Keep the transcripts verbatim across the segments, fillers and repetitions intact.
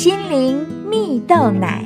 心灵蜜豆奶。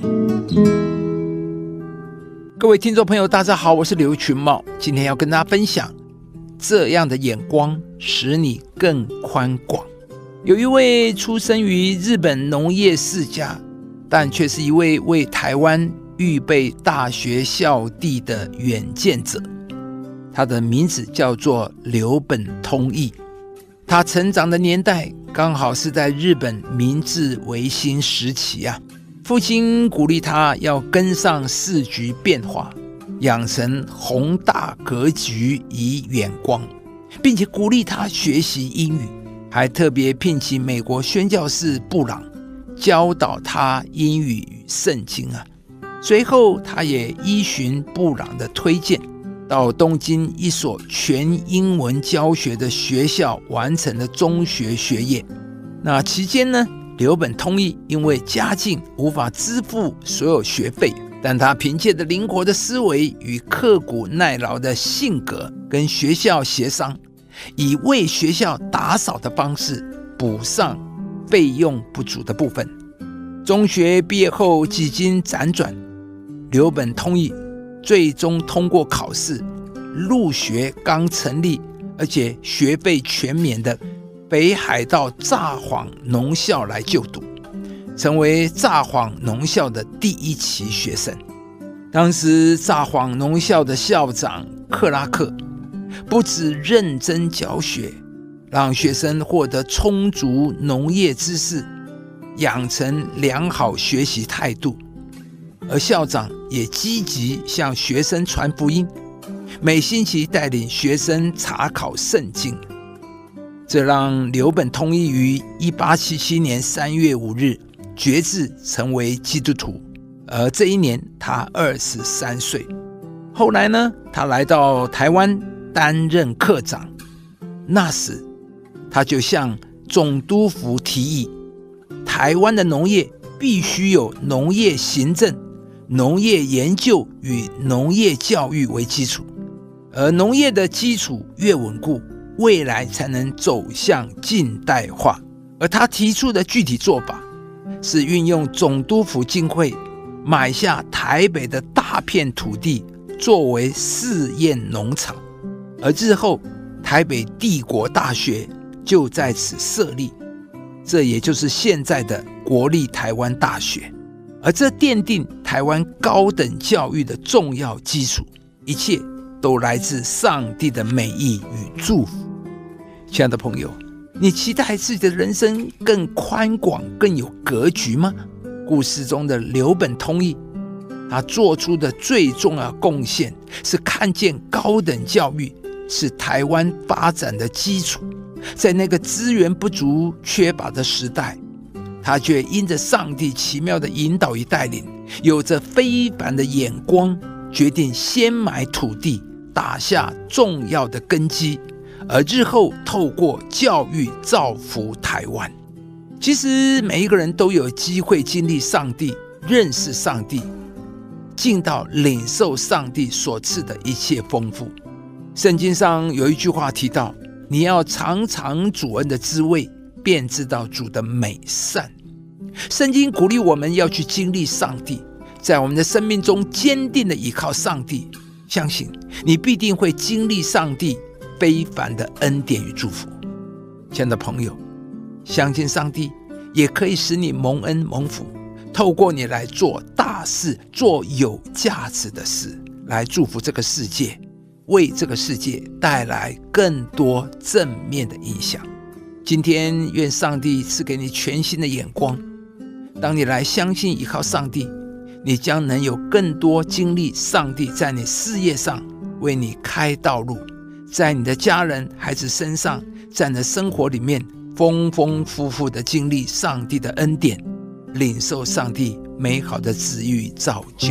各位听众朋友大家好，我是刘群茂，今天要跟大家分享，这样的眼光使你更宽广。有一位出生于日本农业世家，但却是一位为台湾预备大学校地的远见者，他的名字叫做柳本通义。他成长的年代刚好是在日本明治维新时期啊，父亲鼓励他要跟上世局变化，养成宏大格局与远光，并且鼓励他学习英语，还特别聘请美国宣教士布朗教导他英语与圣经啊。随后他也依循布朗的推荐，到东京一所全英文教学的学校完成了中学学业。那期间呢，柳本通义因为家境无法支付所有学费，但他凭借着灵活的思维与刻苦耐劳的性格，跟学校协商，以为学校打扫的方式补上费用不足的部分。中学毕业后几经辗转，柳本通义最终通过考试，入学刚成立而且学费全免的北海道札幌农校来就读，成为札幌农校的第一期学生。当时札幌农校的校长克拉克不只认真教学，让学生获得充足农业知识，养成良好学习态度，而校长也积极向学生传福音，每星期带领学生查考圣经。这让柳本通义于一八七七年三月五日决志成为基督徒，而这一年他二十三岁。后来呢，他来到台湾担任科长，那时他就向总督府提议，台湾的农业必须有农业行政、农业研究与农业教育为基础，而农业的基础越稳固，未来才能走向近代化。而他提出的具体做法是运用总督府经费买下台北的大片土地作为试验农场，而日后台北帝国大学就在此设立，这也就是现在的国立台湾大学。而这奠定台湾高等教育的重要基础，一切都来自上帝的美意与祝福。亲爱的朋友，你期待自己的人生更宽广、更有格局吗？故事中的柳本通义，他做出的最重要贡献是看见高等教育是台湾发展的基础。在那个资源不足、缺乏的时代，他却因着上帝奇妙的引导与带领，有着非凡的眼光，决定先买土地，打下重要的根基，而日后透过教育造福台湾。其实每一个人都有机会经历上帝，认识上帝，进到领受上帝所赐的一切丰富。圣经上有一句话提到，你要尝尝主恩的滋味，便知道主的美善。圣经鼓励我们要去经历上帝，在我们的生命中坚定的依靠上帝，相信你必定会经历上帝非凡的恩典与祝福。亲爱的朋友，相信上帝也可以使你蒙恩蒙福，透过你来做大事，做有价值的事，来祝福这个世界，为这个世界带来更多正面的影响。今天愿上帝赐给你全新的眼光，当你来相信依靠上帝，你将能有更多经历上帝在你事业上为你开道路，在你的家人孩子身上，在你的生活里面丰丰富富的经历上帝的恩典，领受上帝美好的旨意与造就。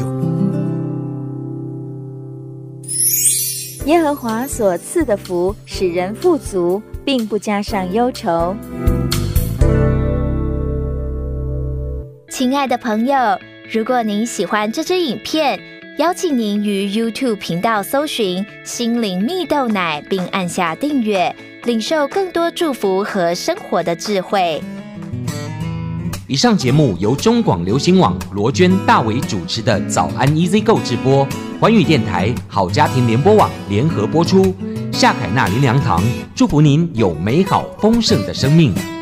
耶和华所赐的福使人富足，并不加上忧愁。 亲爱的朋友，如果您喜欢这支影片，邀请您于 YouTube 频道搜寻心灵蜜豆奶，并按下订阅，领受更多祝福和生活的智慧。 以上节目由中广流行网罗娟、大伟主持的早安 E Z Go 直播，环宇电台好家庭联播网联合播出。夏凯纳林良堂祝福您有美好丰盛的生命。